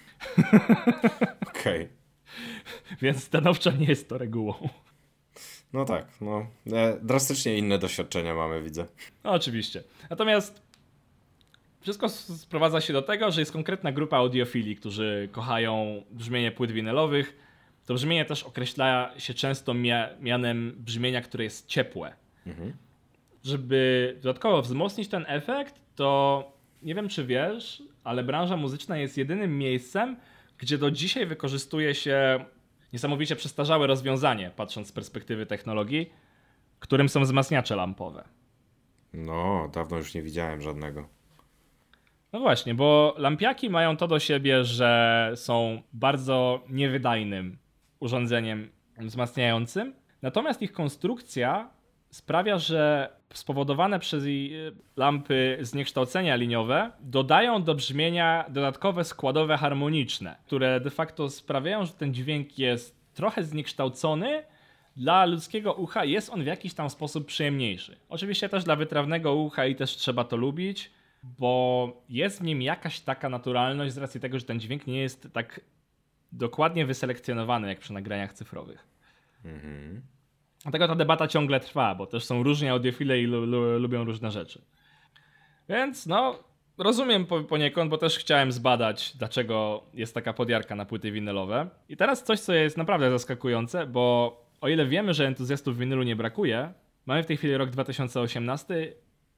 Okej. Okay. Więc stanowczo nie jest to regułą. No tak, no. Drastycznie inne doświadczenia mamy, widzę. No, oczywiście. Natomiast wszystko sprowadza się do tego, że jest konkretna grupa audiofili, którzy kochają brzmienie płyt winylowych. To brzmienie też określa się często mia mianem brzmienia, które jest ciepłe. Mhm. Żeby dodatkowo wzmocnić ten efekt, to nie wiem czy wiesz, ale branża muzyczna jest jedynym miejscem, gdzie do dzisiaj wykorzystuje się niesamowicie przestarzałe rozwiązanie, patrząc z perspektywy technologii, którym są wzmacniacze lampowe. No, dawno już nie widziałem żadnego. No właśnie, bo lampiaki mają to do siebie, że są bardzo niewydajnym urządzeniem wzmacniającym, natomiast ich konstrukcja sprawia, że spowodowane przez lampy zniekształcenia liniowe dodają do brzmienia dodatkowe składowe harmoniczne, które de facto sprawiają, że ten dźwięk jest trochę zniekształcony. Dla ludzkiego ucha jest on w jakiś tam sposób przyjemniejszy. Oczywiście też dla wytrawnego ucha i też trzeba to lubić, bo jest w nim jakaś taka naturalność z racji tego, że ten dźwięk nie jest tak dokładnie wyselekcjonowany jak przy nagraniach cyfrowych. Mhm. Dlatego ta debata ciągle trwa, bo też są różni audiofile i lu lu lubią różne rzeczy. Więc no, rozumiem po poniekąd, bo też chciałem zbadać, dlaczego jest taka podjarka na płyty winylowe. I teraz coś, co jest naprawdę zaskakujące, bo o ile wiemy, że entuzjastów winylu nie brakuje, mamy w tej chwili rok dwa tysiące osiemnasty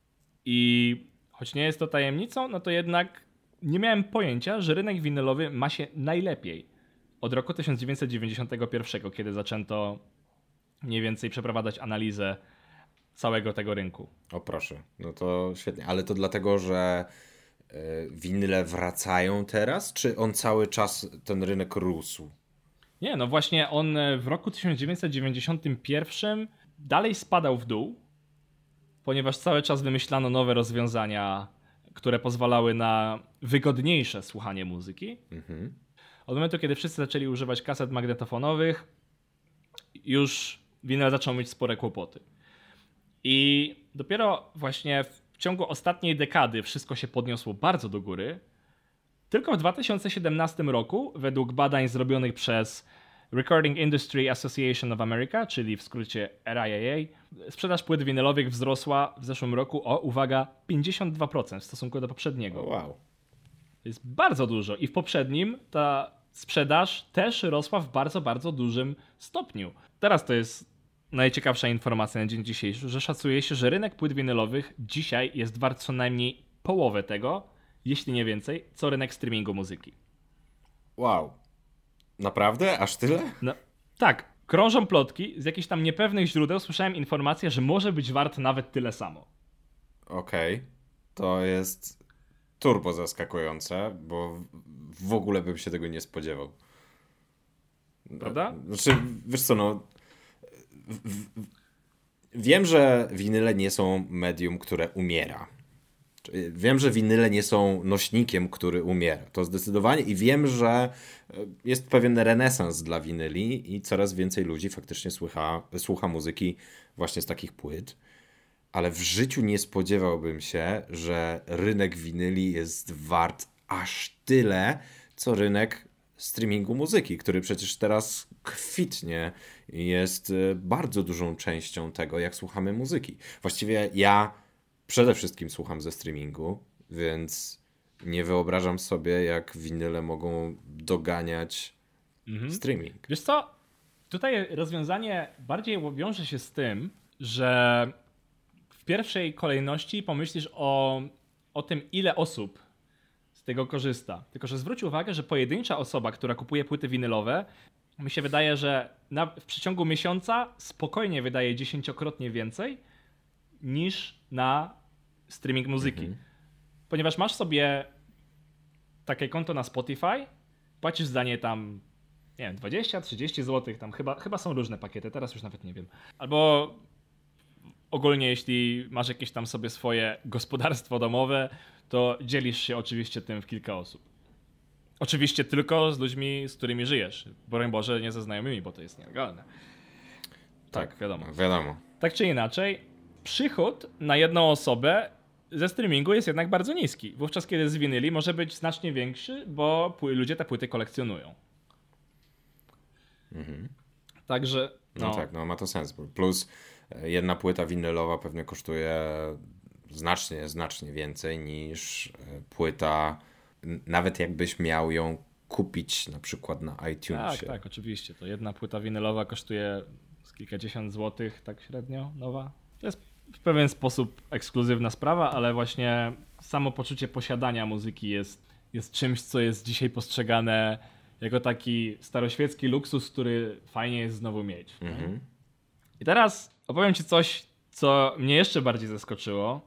i choć nie jest to tajemnicą, no to jednak nie miałem pojęcia, że rynek winylowy ma się najlepiej od roku tysiąc dziewięćset dziewięćdziesiątego pierwszego, kiedy zaczęto mniej więcej przeprowadzać analizę całego tego rynku. O proszę, no to świetnie. Ale to dlatego, że y, winyle wracają teraz, czy on cały czas, ten rynek rósł? Nie, no właśnie on w roku tysiąc dziewięćset dziewięćdziesiątym pierwszym dalej spadał w dół, ponieważ cały czas wymyślano nowe rozwiązania, które pozwalały na wygodniejsze słuchanie muzyki. Mhm. Od momentu, kiedy wszyscy zaczęli używać kaset magnetofonowych, już winyl zaczął mieć spore kłopoty. I dopiero właśnie w ciągu ostatniej dekady wszystko się podniosło bardzo do góry. Tylko w dwa tysiące siedemnastym roku, według badań zrobionych przez Recording Industry Association of America, czyli w skrócie R I A A, sprzedaż płyt winylowych wzrosła w zeszłym roku o, uwaga, pięćdziesiąt dwa procent w stosunku do poprzedniego. Wow. To jest bardzo dużo i w poprzednim ta sprzedaż też rosła w bardzo, bardzo dużym stopniu. Teraz to jest najciekawsza informacja na dzień dzisiejszy, że szacuje się, że rynek płyt winylowych dzisiaj jest wart co najmniej połowę tego, jeśli nie więcej, co rynek streamingu muzyki. Wow. Naprawdę? Aż tyle? No, tak, krążą plotki, z jakichś tam niepewnych źródeł słyszałem informację, że może być wart nawet tyle samo. Okej. Okay. To jest turbo zaskakujące, bo w ogóle bym się tego nie spodziewał. Prawda? Znaczy, wiesz co, no... W, w, wiem, że winyle nie są medium, które umiera. Wiem, że winyle nie są nośnikiem, który umiera. To zdecydowanie. I wiem, że jest pewien renesans dla winyli i coraz więcej ludzi faktycznie słucha, słucha muzyki właśnie z takich płyt. Ale w życiu nie spodziewałbym się, że rynek winyli jest wart aż tyle, co rynek streamingu muzyki, który przecież teraz kwitnie i jest bardzo dużą częścią tego, jak słuchamy muzyki. Właściwie ja przede wszystkim słucham ze streamingu, więc nie wyobrażam sobie, jak winyle mogą doganiać mhm. streaming. Wiesz co? Tutaj rozwiązanie bardziej wiąże się z tym, że w pierwszej kolejności pomyślisz o, o tym, ile osób z tego korzysta. Tylko że zwróć uwagę, że pojedyncza osoba, która kupuje płyty winylowe, mi się wydaje, że na, w przeciągu miesiąca spokojnie wydaje dziesięciokrotnie więcej niż na streaming muzyki. Mhm. Ponieważ masz sobie takie konto na Spotify, płacisz za nie tam, nie wiem, dwadzieścia trzydzieści złotych, tam chyba, chyba są różne pakiety, teraz już nawet nie wiem. Albo ogólnie jeśli masz jakieś tam sobie swoje gospodarstwo domowe, to dzielisz się oczywiście tym w kilka osób. Oczywiście tylko z ludźmi, z którymi żyjesz. Broń Boże, nie ze znajomymi, bo to jest nielegalne. Tak, tak wiadomo. wiadomo. Tak czy inaczej, przychód na jedną osobę ze streamingu jest jednak bardzo niski. Wówczas, kiedy z winyli może być znacznie większy, bo ludzie te płyty kolekcjonują. Mhm. Także... No. no tak, no ma to sens. Plus jedna płyta winylowa pewnie kosztuje znacznie, znacznie więcej niż płyta, nawet jakbyś miał ją kupić na przykład na iTunesie. Tak, tak, oczywiście. To jedna płyta winylowa kosztuje z kilkadziesiąt złotych, tak średnio, nowa. To jest w pewien sposób ekskluzywna sprawa, ale właśnie samo poczucie posiadania muzyki jest, jest czymś, co jest dzisiaj postrzegane jako taki staroświecki luksus, który fajnie jest znowu mieć. Mhm. I teraz opowiem ci coś, co mnie jeszcze bardziej zaskoczyło.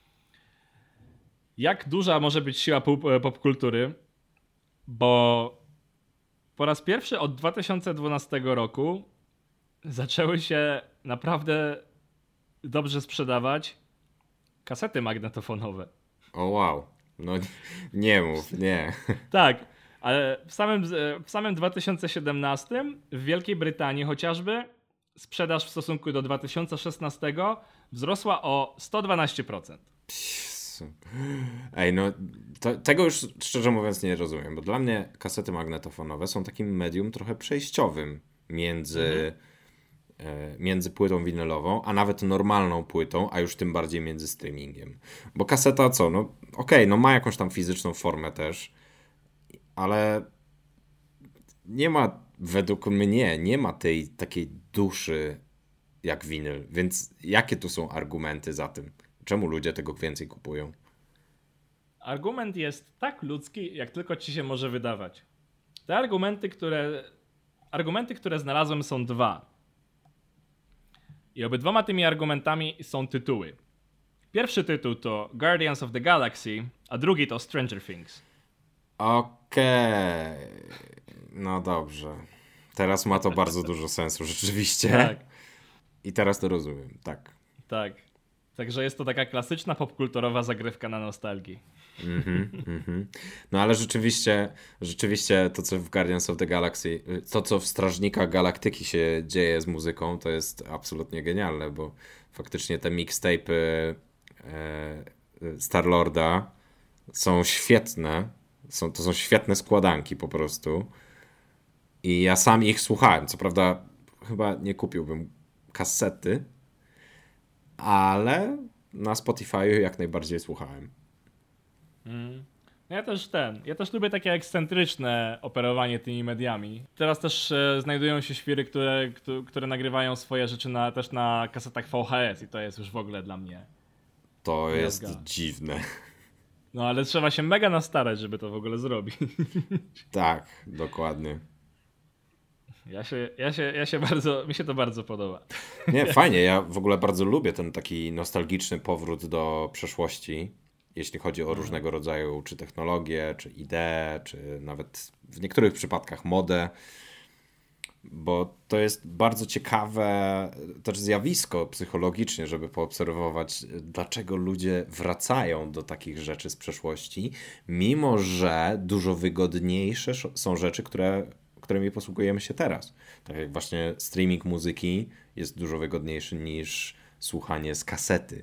Jak duża może być siła popkultury, bo po raz pierwszy od dwa tysiące dwunastego roku zaczęły się naprawdę dobrze sprzedawać kasety magnetofonowe. O wow, no nie mów, nie. Tak, ale w samym, w samym dwa tysiące siedemnastym w Wielkiej Brytanii chociażby sprzedaż w stosunku do dwa tysiące szesnastego wzrosła o sto dwanaście procent. Ej, no to, tego już szczerze mówiąc nie rozumiem, bo dla mnie kasety magnetofonowe są takim medium trochę przejściowym między, mhm. e, między płytą winylową, a nawet normalną płytą, a już tym bardziej między streamingiem. Bo kaseta co? No okej, okay, no ma jakąś tam fizyczną formę też, ale nie ma, według mnie, nie ma tej takiej duszy jak winyl, więc jakie tu są argumenty za tym? Czemu ludzie tego więcej kupują? Argument jest tak ludzki, jak tylko ci się może wydawać. Te argumenty, które, argumenty, które znalazłem, są dwa. I obydwoma tymi argumentami są tytuły. Pierwszy tytuł to Guardians of the Galaxy, a drugi to Stranger Things. Okej. Okay. No dobrze. Teraz ma to bardzo dużo sensu, rzeczywiście. Tak. I teraz to rozumiem, tak. Tak. Także jest to taka klasyczna popkulturowa zagrywka na nostalgii. Mm-hmm, mm-hmm. No ale rzeczywiście, rzeczywiście to, co w Guardians of the Galaxy, to, co w Strażnikach Galaktyki się dzieje z muzyką, to jest absolutnie genialne, bo faktycznie te mixtape'y e, I ja sam ich słuchałem. Co prawda chyba nie kupiłbym kasety, ale na Spotify jak najbardziej słuchałem. Mm. Ja też ten, ja też lubię takie ekscentryczne operowanie tymi mediami. Teraz też e, znajdują się świry, które, które, które nagrywają swoje rzeczy na, też na kasetach V H S i to jest już w ogóle dla mnie To jest jazga. dziwne. No ale trzeba się mega nastarać, żeby to w ogóle zrobić. Tak, dokładnie. Ja się, ja się, ja się bardzo, mi się to bardzo podoba. Nie, fajnie. Ja w ogóle bardzo lubię ten taki nostalgiczny powrót do przeszłości, jeśli chodzi o różnego rodzaju czy technologie, czy idee, czy nawet w niektórych przypadkach modę, bo to jest bardzo ciekawe też zjawisko psychologicznie, żeby poobserwować, dlaczego ludzie wracają do takich rzeczy z przeszłości, mimo że dużo wygodniejsze są rzeczy, które, którymi posługujemy się teraz. Tak jak właśnie streaming muzyki jest dużo wygodniejszy niż słuchanie z kasety.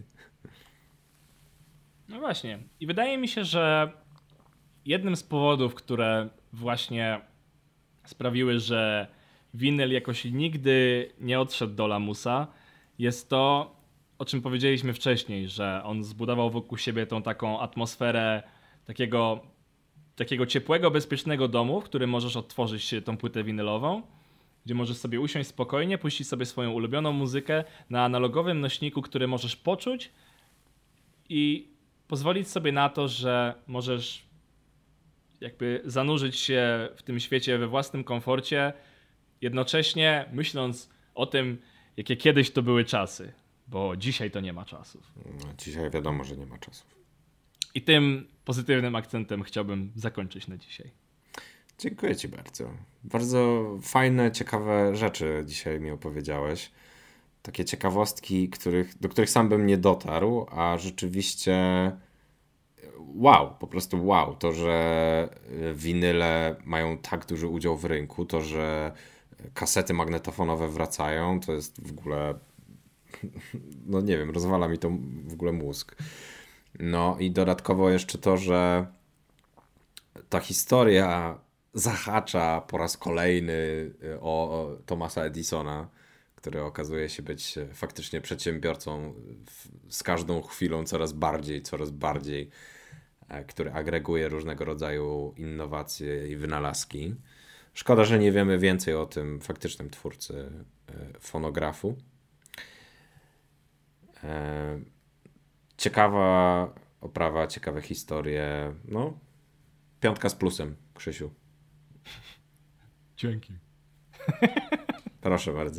No właśnie. I wydaje mi się, że jednym z powodów, które właśnie sprawiły, że winyl jakoś nigdy nie odszedł do lamusa, jest to, o czym powiedzieliśmy wcześniej, że on zbudował wokół siebie tą taką atmosferę takiego, takiego ciepłego, bezpiecznego domu, w którym możesz odtworzyć tą płytę winylową, gdzie możesz sobie usiąść spokojnie, puścić sobie swoją ulubioną muzykę na analogowym nośniku, który możesz poczuć i pozwolić sobie na to, że możesz jakby zanurzyć się w tym świecie we własnym komforcie, jednocześnie myśląc o tym, jakie kiedyś to były czasy, bo dzisiaj to nie ma czasów. No, dzisiaj wiadomo, że nie ma czasów. I tym pozytywnym akcentem chciałbym zakończyć na dzisiaj. Dziękuję ci bardzo. Bardzo fajne, ciekawe rzeczy dzisiaj mi opowiedziałeś. Takie ciekawostki, których, do których sam bym nie dotarł, a rzeczywiście wow, po prostu wow. To, że winyle mają tak duży udział w rynku, to, że kasety magnetofonowe wracają, to jest w ogóle, no nie wiem, rozwala mi to w ogóle mózg. No i dodatkowo jeszcze to, że ta historia zahacza po raz kolejny o Thomasa Edisona, który okazuje się być faktycznie przedsiębiorcą z każdą chwilą coraz bardziej, coraz bardziej, który agreguje różnego rodzaju innowacje i wynalazki. Szkoda, że nie wiemy więcej o tym faktycznym twórcy fonografu. Ciekawa oprawa, ciekawe historie. No, piątka z plusem, Krzysiu. Dzięki. Proszę bardzo.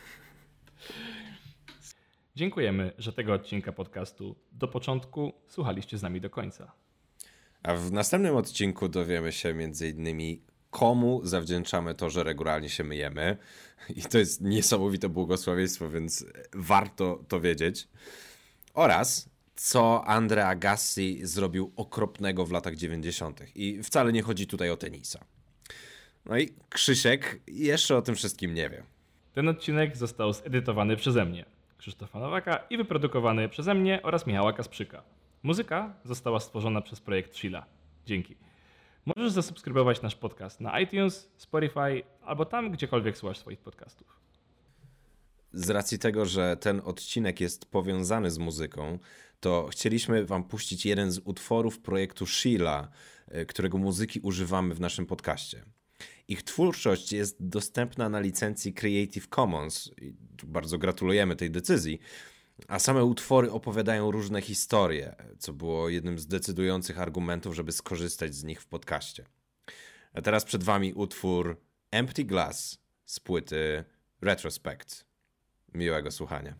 Dziękujemy, że tego odcinka podcastu do początku słuchaliście z nami do końca. A w następnym odcinku dowiemy się między innymi, komu zawdzięczamy to, że regularnie się myjemy. I to jest niesamowite błogosławieństwo, więc warto to wiedzieć. Oraz co Andre Agassi zrobił okropnego w latach dziewięćdziesiątych. I wcale nie chodzi tutaj o tenisa. No i Krzysiek jeszcze o tym wszystkim nie wie. Ten odcinek został zedytowany przeze mnie, Krzysztofa Nowaka, i wyprodukowany przeze mnie oraz Michała Kasprzyka. Muzyka została stworzona przez projekt Sheila. Dzięki. Możesz zasubskrybować nasz podcast na iTunes, Spotify albo tam, gdziekolwiek słuchasz swoich podcastów. Z racji tego, że ten odcinek jest powiązany z muzyką, to chcieliśmy wam puścić jeden z utworów projektu Sheila, którego muzyki używamy w naszym podcaście. Ich twórczość jest dostępna na licencji Creative Commons. I bardzo gratulujemy tej decyzji. A same utwory opowiadają różne historie, co było jednym z decydujących argumentów, żeby skorzystać z nich w podcaście. A teraz przed wami utwór Empty Glass z płyty Retrospect. Miłego słuchania.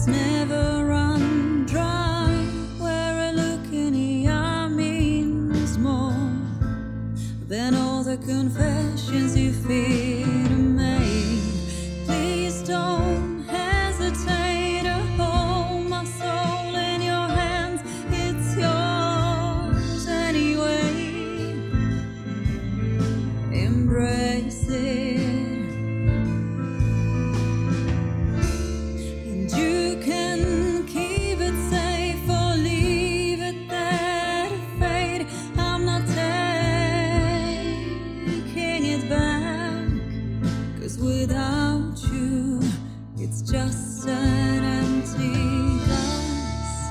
never run dry, where a look in the eye means more than all the confessions you fear to make. Please don't hesitate to hold my soul in your hands. It's yours anyway. Embrace it. And you can keep it safe or leave it there to fade. I'm not taking it back, 'cause without you it's just an empty glass.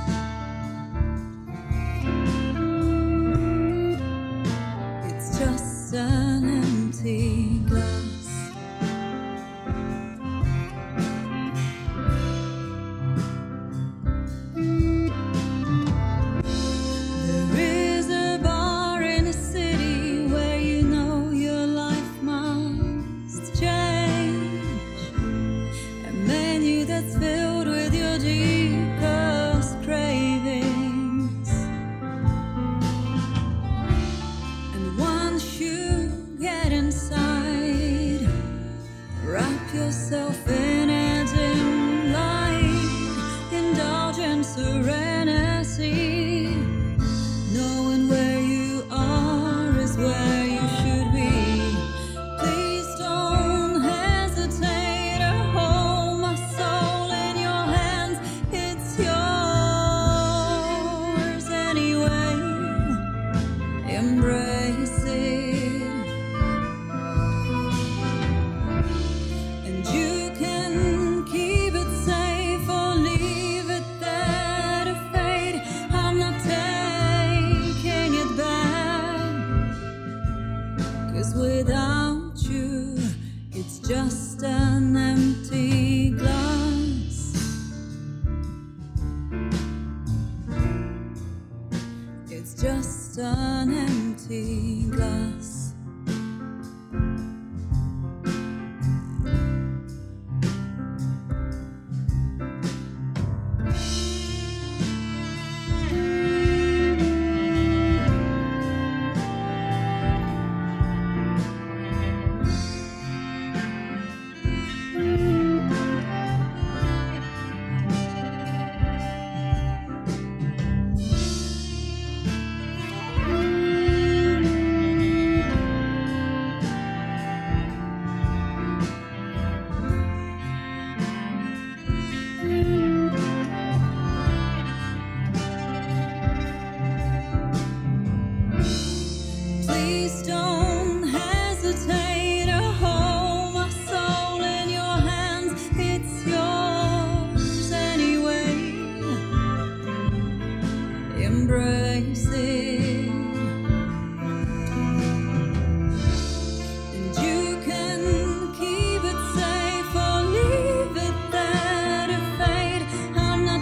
It's just an empty glass. There is a bar in a city where you know your life must change, a menu that's filled with your deepest cravings. And once you get inside, wrap yourself in a dim light, indulgent serenity, knowing where you are is where you should be. Please don't hesitate to hold my soul in your hands. It's yours anyway. Embrace it. And you can keep it safe or leave it there to fade. I'm not taking it back, 'cause without you it's just an empty glass. It's just an empty glass. Please don't hesitate to hold my soul in your hands. It's yours anyway. Embrace it. And you can keep it safe or leave it there to fade. I'm not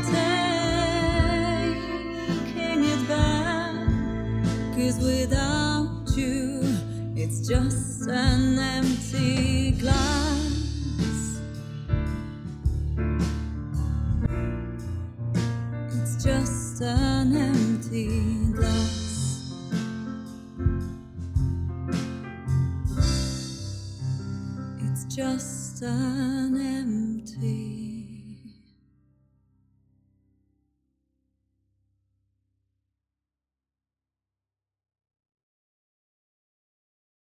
taking it back, 'cause without you it's just an empty glass. It's just an empty glass. It's just an empty